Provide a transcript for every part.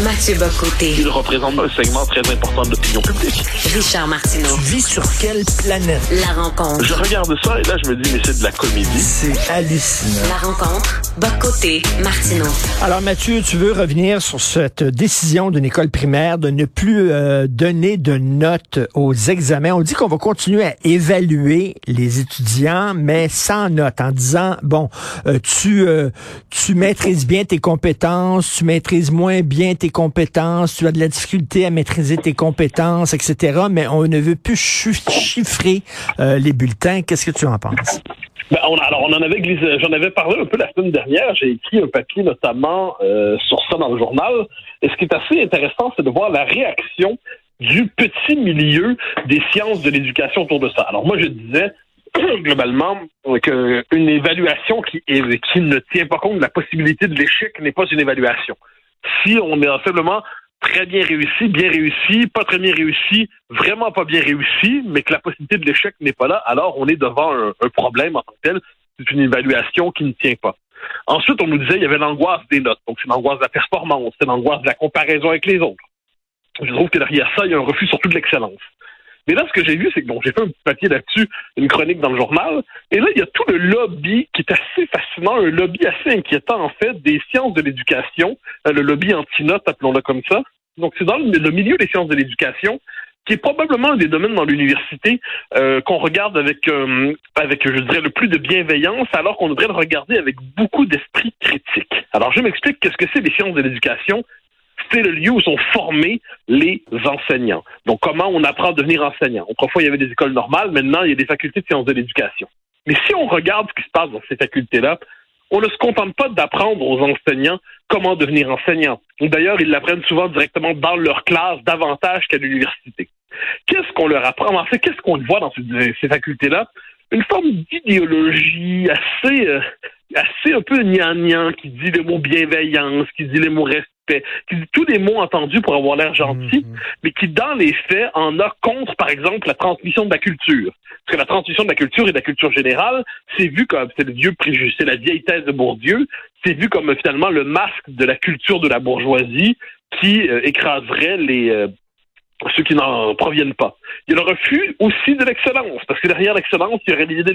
Mathieu Bock-Côté. Il représente un segment très important de l'opinion publique. Richard Martineau. Tu vis sur quelle planète? La rencontre. Je regarde ça et là, je me dis, mais c'est de la comédie. C'est hallucinant. La rencontre. Bock-Côté. Martineau. Alors, Mathieu, tu veux revenir sur cette décision d'une école primaire de ne plus donner de notes aux examens. On dit qu'on va continuer à évaluer les étudiants, mais sans notes, en disant, bon, tu maîtrises bien tes compétences, tu maîtrises moins bien tes compétences, tu as de la difficulté à maîtriser tes compétences, etc., mais on ne veut plus chiffrer les bulletins. Qu'est-ce que tu en penses? J'en avais parlé un peu la semaine dernière. J'ai écrit un papier notamment sur ça dans le journal. Et ce qui est assez intéressant, c'est de voir la réaction du petit milieu des sciences de l'éducation autour de ça. Alors moi, je disais globalement qu'une évaluation qui ne tient pas compte de la possibilité de l'échec n'est pas une évaluation. Si on est simplement très bien réussi, pas très bien réussi, vraiment pas bien réussi, mais que la possibilité de l'échec n'est pas là, alors on est devant un problème en tant que tel. C'est une évaluation qui ne tient pas. Ensuite, on nous disait qu'il y avait l'angoisse des notes. Donc, c'est l'angoisse de la performance, c'est l'angoisse de la comparaison avec les autres. Je trouve que derrière ça, il y a un refus surtout de l'excellence. Mais là, ce que j'ai vu, c'est que j'ai fait un petit papier là-dessus, une chronique dans le journal, et là, il y a tout le lobby qui est assez fascinant, un lobby assez inquiétant, en fait, des sciences de l'éducation, le lobby anti-notes, appelons-le comme ça. Donc, c'est dans le milieu des sciences de l'éducation, qui est probablement un des domaines dans l'université qu'on regarde avec, je dirais, le plus de bienveillance, alors qu'on devrait le regarder avec beaucoup d'esprit critique. Alors, je m'explique qu'est-ce que c'est les sciences de l'éducation. C'est le lieu où sont formés les enseignants. Donc, comment on apprend à devenir enseignant. Autrefois, il y avait des écoles normales. Maintenant, il y a des facultés de sciences de l'éducation. Mais si on regarde ce qui se passe dans ces facultés-là, on ne se contente pas d'apprendre aux enseignants comment devenir enseignant. D'ailleurs, ils l'apprennent souvent directement dans leur classe, davantage qu'à l'université. Qu'est-ce qu'on leur apprend? En fait, qu'est-ce qu'on voit dans ces facultés-là? Une forme d'idéologie assez un peu gnangnan, qui dit les mots bienveillance, qui dit les mots respect, qui dit tous les mots entendus pour avoir l'air gentil, mais qui, dans les faits, en a contre, par exemple, la transmission de la culture. Parce que la transmission de la culture et de la culture générale, c'est vu comme, c'est le vieux préjugé, c'est la vieille thèse de Bourdieu, c'est vu comme finalement le masque de la culture de la bourgeoisie qui écraserait ceux qui n'en proviennent pas. Il y a le refus aussi de l'excellence, parce que derrière l'excellence, il y aurait l'idée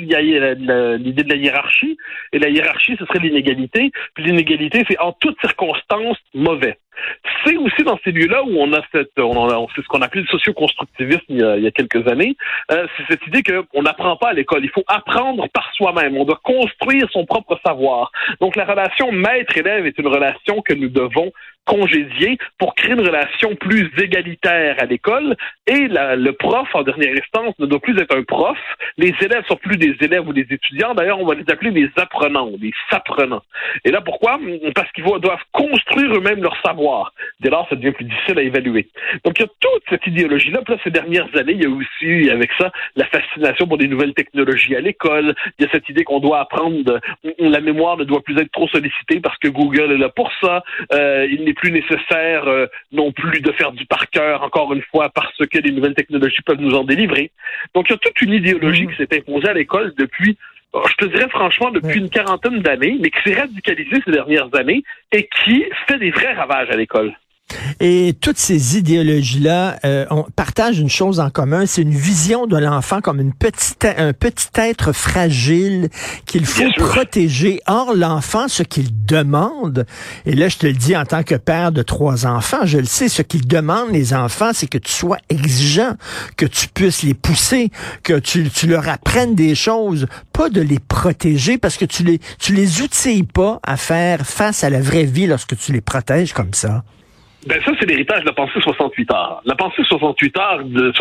de la hiérarchie, et la hiérarchie, ce serait l'inégalité, puis l'inégalité, c'est en toutes circonstances mauvais. C'est aussi dans ces lieux-là où on a c'est ce qu'on appelait le socio-constructivisme il y a quelques années, c'est cette idée qu'on n'apprend pas à l'école, il faut apprendre par soi-même, on doit construire son propre savoir. Donc la relation maître-élève est une relation que nous devons congédier pour créer une relation plus égalitaire à l'école, et le prof, en dernière instance, ne doit plus être un prof, les élèves sont plus des élèves ou des étudiants, d'ailleurs on va les appeler des apprenants, des s'apprenants. Et là pourquoi? Parce qu'ils doivent construire eux-mêmes leur savoir. Dès lors, ça devient plus difficile à évaluer. Donc, il y a toute cette idéologie-là. Puis là, ces dernières années, il y a aussi, avec ça, la fascination pour des nouvelles technologies à l'école. Il y a cette idée qu'on doit apprendre, la mémoire ne doit plus être trop sollicitée parce que Google est là pour ça. Il n'est plus nécessaire non plus de faire du par cœur, encore une fois, parce que les nouvelles technologies peuvent nous en délivrer. Donc, il y a toute une idéologie qui s'est imposée à l'école depuis, je te dirais franchement, depuis une quarantaine d'années, mais qui s'est radicalisée ces dernières années et qui fait des vrais ravages à l'école. Et toutes ces idéologies-là partagent une chose en commun, c'est une vision de l'enfant comme un petit être fragile qu'il faut protéger. Or, l'enfant, ce qu'il demande, et là, je te le dis en tant que père de 3 enfants, je le sais, ce qu'ils demandent, les enfants, c'est que tu sois exigeant, que tu puisses les pousser, que tu leur apprennes des choses, pas de les protéger, parce que tu les outilles pas à faire face à la vraie vie lorsque tu les protèges comme ça. Ben ça, c'est l'héritage de la pensée 68 heures. La pensée 68 heures,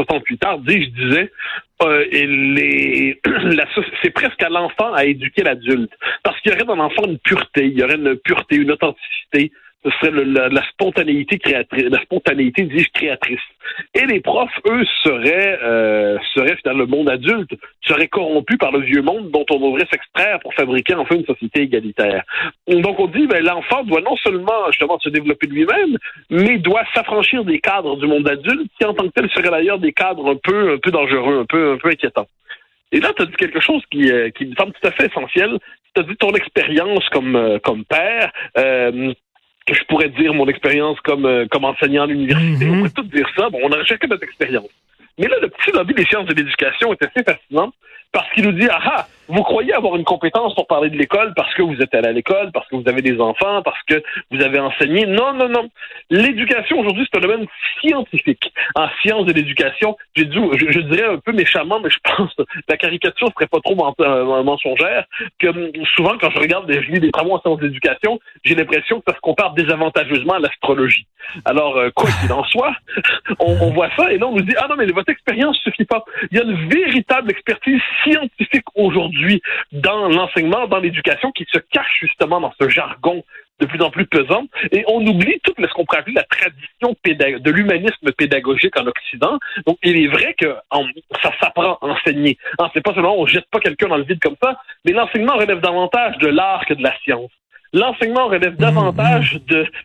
disait, c'est presque à l'enfant à éduquer l'adulte. Parce qu'il y aurait dans l'enfant une pureté, une authenticité. Ce serait la spontanéité créatrice, créatrice. Et les profs, eux, seraient dans le monde adulte, seraient corrompus par le vieux monde dont on devrait s'extraire pour fabriquer enfin une société égalitaire. Donc on dit, l'enfant doit non seulement justement se développer lui-même, mais doit s'affranchir des cadres du monde adulte, qui en tant que tel seraient d'ailleurs des cadres un peu dangereux, un peu inquiétants. Et là, tu as dit quelque chose qui me semble tout à fait essentiel. Tu as dit ton expérience comme père. que je pourrais dire mon expérience comme enseignant à l'université. On pourrait tout dire ça. Bon, on a chacun notre expérience. Mais là, le petit lobby des sciences de l'éducation est assez fascinant parce qu'il nous dit, vous croyez avoir une compétence pour parler de l'école parce que vous êtes allé à l'école, parce que vous avez des enfants, parce que vous avez enseigné. Non. L'éducation, aujourd'hui, c'est un domaine scientifique. En sciences de l'éducation, je dirais un peu méchamment, mais je pense que la caricature serait pas trop mensongère, que souvent, quand je lis des travaux en sciences de l'éducation, j'ai l'impression que ça se compare désavantageusement à l'astrologie. Alors, quoi qu'il en soit, on voit ça, et là, on nous dit, non, mais votre expérience suffit pas. Il y a une véritable expertise scientifique aujourd'hui dans l'enseignement, dans l'éducation, qui se cache justement dans ce jargon de plus en plus pesant, et on oublie tout ce qu'on pourrait appeler la tradition de l'humanisme pédagogique en Occident. Donc, il est vrai que ça s'apprend à enseigner. C'est pas seulement on jette pas quelqu'un dans le vide comme ça, mais l'enseignement relève davantage de l'art que de la science. L'enseignement relève davantage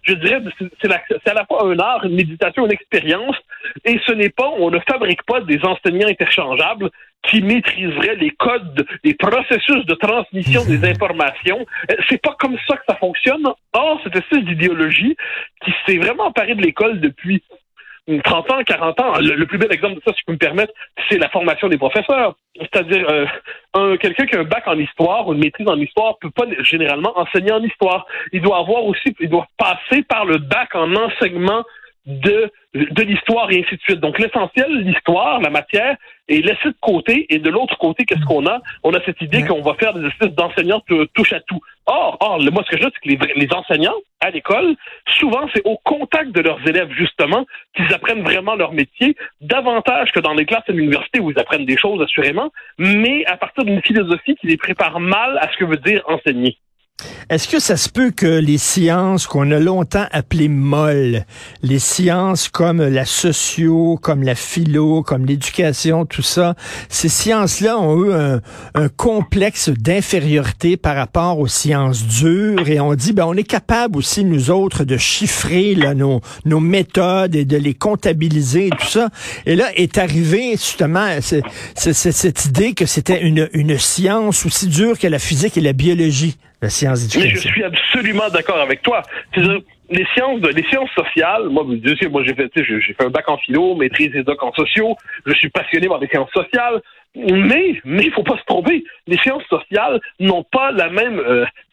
c'est à la fois un art, une méditation, une expérience, et on ne fabrique pas des enseignants interchangeables qui maîtriseraient les codes, les processus de transmission des informations. C'est pas comme ça que ça fonctionne. Or, cette espèce d'idéologie qui s'est vraiment emparée de l'école depuis 30 ans, 40 ans, le plus bel exemple de ça, si je peux me permettre, c'est la formation des professeurs. C'est-à-dire, quelqu'un qui a un bac en histoire ou une maîtrise en histoire peut pas généralement enseigner en histoire. Il doit passer par le bac en enseignement de l'histoire et ainsi de suite. Donc, l'essentiel, l'histoire, la matière, est laissée de côté, et de l'autre côté, qu'est-ce qu'on a? On a cette idée qu'on va faire des espèces d'enseignants touche à tout. Or, moi, ce que je dis, c'est que les enseignants, à l'école, souvent, c'est au contact de leurs élèves, justement, qu'ils apprennent vraiment leur métier, davantage que dans les classes à l'université où ils apprennent des choses, assurément, mais à partir d'une philosophie qui les prépare mal à ce que veut dire enseigner. Est-ce que ça se peut que les sciences qu'on a longtemps appelées molles, les sciences comme la socio, comme la philo, comme l'éducation, tout ça, ces sciences-là ont eu un complexe d'infériorité par rapport aux sciences dures, et on dit, on est capable aussi, nous autres, de chiffrer là, nos méthodes et de les comptabiliser et tout ça. Et là est arrivée justement cette idée que c'était une science aussi dure que la physique et la biologie. La science d'éducation. Mais je suis absolument d'accord avec toi. C'est-à-dire, les sciences sociales, moi j'ai fait un bac en philo, maîtrise et doc en sociaux, je suis passionné par les sciences sociales, mais il faut pas se tromper, les sciences sociales n'ont pas la même,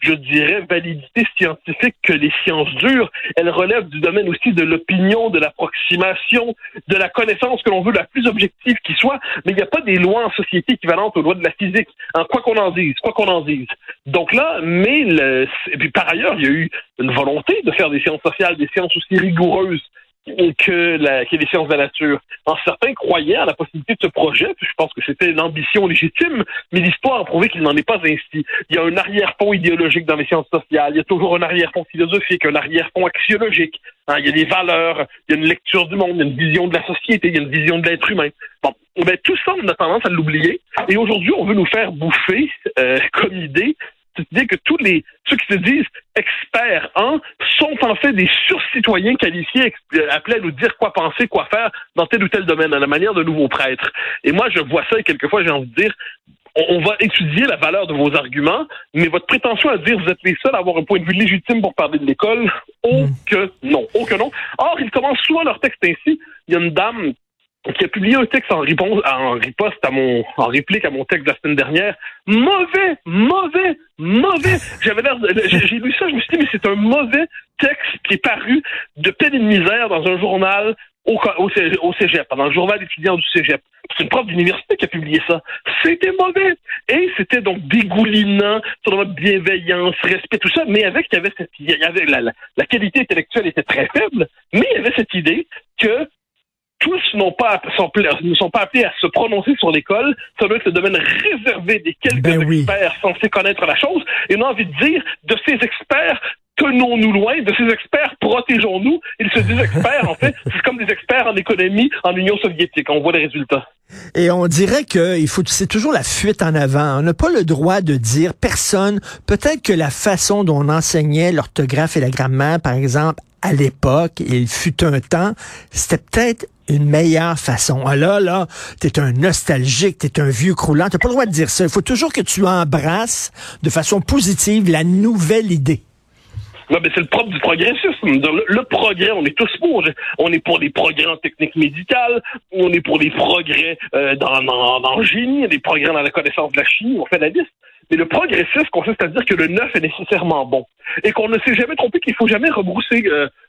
validité scientifique que les sciences dures. Elles relèvent du domaine aussi de l'opinion, de l'approximation, de la connaissance que l'on veut la plus objective qui soit, mais il n'y a pas des lois en société équivalentes aux lois de la physique, quoi qu'on en dise. Donc là, et puis par ailleurs, il y a eu une volonté de faire des sciences sociales, des sciences aussi rigoureuses que les sciences de la nature. Certains croyaient à la possibilité de ce projet, puis je pense que c'était une ambition légitime, mais l'histoire a prouvé qu'il n'en est pas ainsi. Il y a un arrière-fond idéologique dans les sciences sociales, il y a toujours un arrière-fond philosophique, un arrière-fond axiologique, il y a des valeurs, il y a une lecture du monde, il y a une vision de la société, il y a une vision de l'être humain. Tout ça, on a tendance à l'oublier, et aujourd'hui, on veut nous faire bouffer comme idée cette idée que ceux qui se disent experts sont en fait des surcitoyens qualifiés, appelés à nous dire quoi penser, quoi faire dans tel ou tel domaine, à la manière de nouveaux prêtres. Et moi, je vois ça et quelquefois, j'ai envie de dire, on va étudier la valeur de vos arguments, mais votre prétention à dire vous êtes les seuls à avoir un point de vue légitime pour parler de l'école, que non. Or, ils commencent souvent leur texte ainsi. Il y a une dame qui a publié un texte en réplique à mon texte de la semaine dernière. Mauvais! J'ai lu ça, je me suis dit, mais c'est un mauvais texte qui est paru de peine et de misère dans un journal au cégep, dans le journal étudiant du cégep. C'est une prof d'université qui a publié ça. C'était mauvais. Et c'était donc dégoulinant sur notre bienveillance, respect, tout ça, mais la qualité intellectuelle était très faible, mais il y avait cette idée que tous ne sont pas appelés à se prononcer sur l'école. Ça doit être le domaine réservé des quelques experts censés connaître la chose. Et on a envie de dire, de ces experts, tenons-nous loin, de ces experts, protégeons-nous. Ils se disent experts, en fait, c'est comme des experts en économie en Union soviétique. On voit les résultats. Et on dirait c'est toujours la fuite en avant. On n'a pas le droit de dire peut-être que la façon dont on enseignait l'orthographe et la grammaire, par exemple, à l'époque, il fut un temps, c'était peut-être une meilleure façon. Là, t'es un nostalgique, t'es un vieux croulant, t'as pas le droit de dire ça. Il faut toujours que tu embrasses de façon positive la nouvelle idée. Ouais, ben c'est le propre du progressisme. Le progrès, on est tous pour. On est pour les progrès en technique médicale, on est pour les progrès dans le génie, des progrès dans la connaissance de la chimie, on fait la liste. Mais le progressisme consiste à dire que le neuf est nécessairement bon. Et qu'on ne s'est jamais trompé, qu'il faut jamais rebrousser,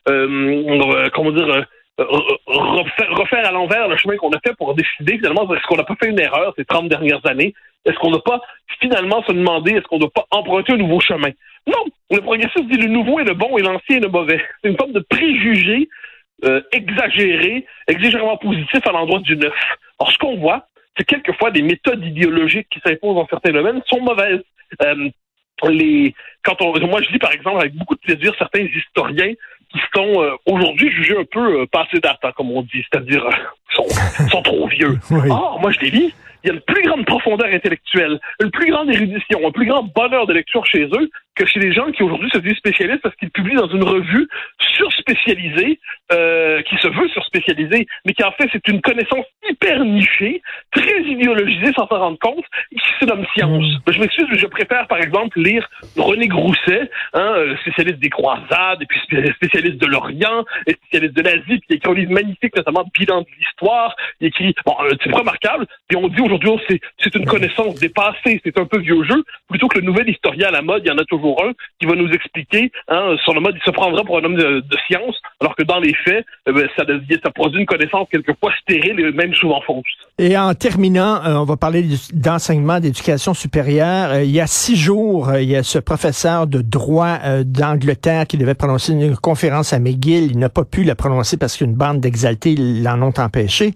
refaire à l'envers le chemin qu'on a fait pour décider finalement est-ce qu'on n'a pas fait une erreur ces 30 dernières années? Est-ce qu'on n'a pas finalement se demander est-ce qu'on ne doit pas emprunter un nouveau chemin? Non! Le progressisme dit le nouveau est le bon et l'ancien est le mauvais. C'est une forme de préjugé exagérément positif à l'endroit du neuf. Alors ce qu'on voit, c'est quelquefois des méthodes idéologiques qui s'imposent dans certains domaines sont mauvaises. Moi je lis par exemple avec beaucoup de plaisir certains historiens qui sont aujourd'hui jugés un peu passés date, comme on dit, c'est-à-dire sont trop vieux. Oui. Or, moi je les lis, il y a une plus grande profondeur intellectuelle, une plus grande érudition, un plus grand bonheur de lecture chez eux que chez les gens qui aujourd'hui se disent spécialistes parce qu'ils publient dans une revue surspécialisée, qui se veut surspécialisée, mais qui en fait c'est une connaissance hyper nichée, très idéologisée sans s'en rendre compte, et qui se nomme science. Je m'excuse, mais je préfère par exemple lire René Grousset, spécialiste des croisades, et puis spécialiste de l'Orient, et spécialiste de l'Asie, puis il écrit un livre magnifique, notamment Bilan de l'histoire, il écrit, c'est remarquable, puis on dit aujourd'hui, c'est une connaissance dépassée, c'est un peu vieux jeu, plutôt que le nouvel historien à la mode, il y en a toujours un qui va nous expliquer, sur le mode, il se prendra pour un homme de science, alors que dans les faits, ça produit une connaissance quelquefois stérile et même souvent fausse. Et en terminant, on va parler d'enseignement, d'éducation supérieure. Il y a 6 jours, il y a ce professeur de droit d'Angleterre qui devait prononcer une conférence à McGill. Il n'a pas pu la prononcer parce qu'une bande d'exaltés l'en ont empêché.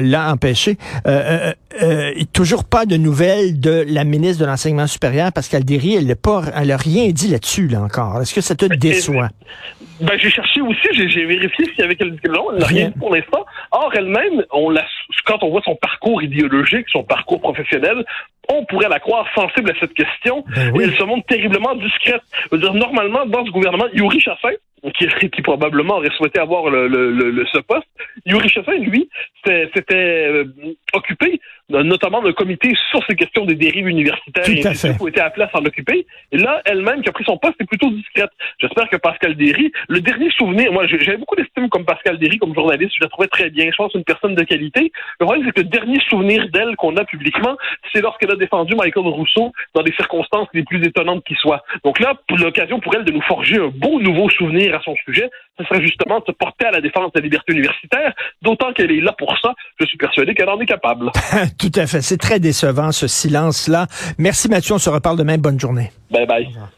Toujours pas de nouvelles de la ministre de l'Enseignement supérieur, Pascale Derry. Elle a rien dit là-dessus, là, encore. Est-ce que ça te déçoit? J'ai cherché aussi, j'ai vérifié s'il y avait quelque chose. Elle n'a rien dit pour l'instant. Or, elle-même, quand on voit son parcours idéologique, son parcours professionnel, on pourrait la croire sensible à cette question. Et elle se montre terriblement discrète. Je veux dire, normalement, dans ce gouvernement, Yuri Chassin, qui probablement aurait souhaité avoir ce poste, Yuri Chassin, lui, s'était occupé notamment d'un comité sur ces questions des dérives universitaires et ainsi qui était appelé à s'en occuper. Et là, elle-même, qui a pris son poste, est plutôt discrète. J'espère que Pascale Derry, le dernier souvenir, moi j'avais beaucoup d'estime comme Pascale Derry, comme journaliste, je la trouvais très bien, je pense une personne de qualité. Le problème, c'est que le dernier souvenir d'elle qu'on a publiquement, c'est lorsqu'elle a défendu Michael Rousseau dans des circonstances les plus étonnantes qui soient. Donc là, l'occasion pour elle de nous forger un beau nouveau souvenir à son sujet, ce serait justement de se porter à la défense de la liberté universitaire, d'autant qu'elle est là pour ça, je suis persuadé qu'elle en est capable. Tout à fait. C'est très décevant, ce silence-là. Merci Mathieu, on se reparle demain. Bonne journée. Bye bye.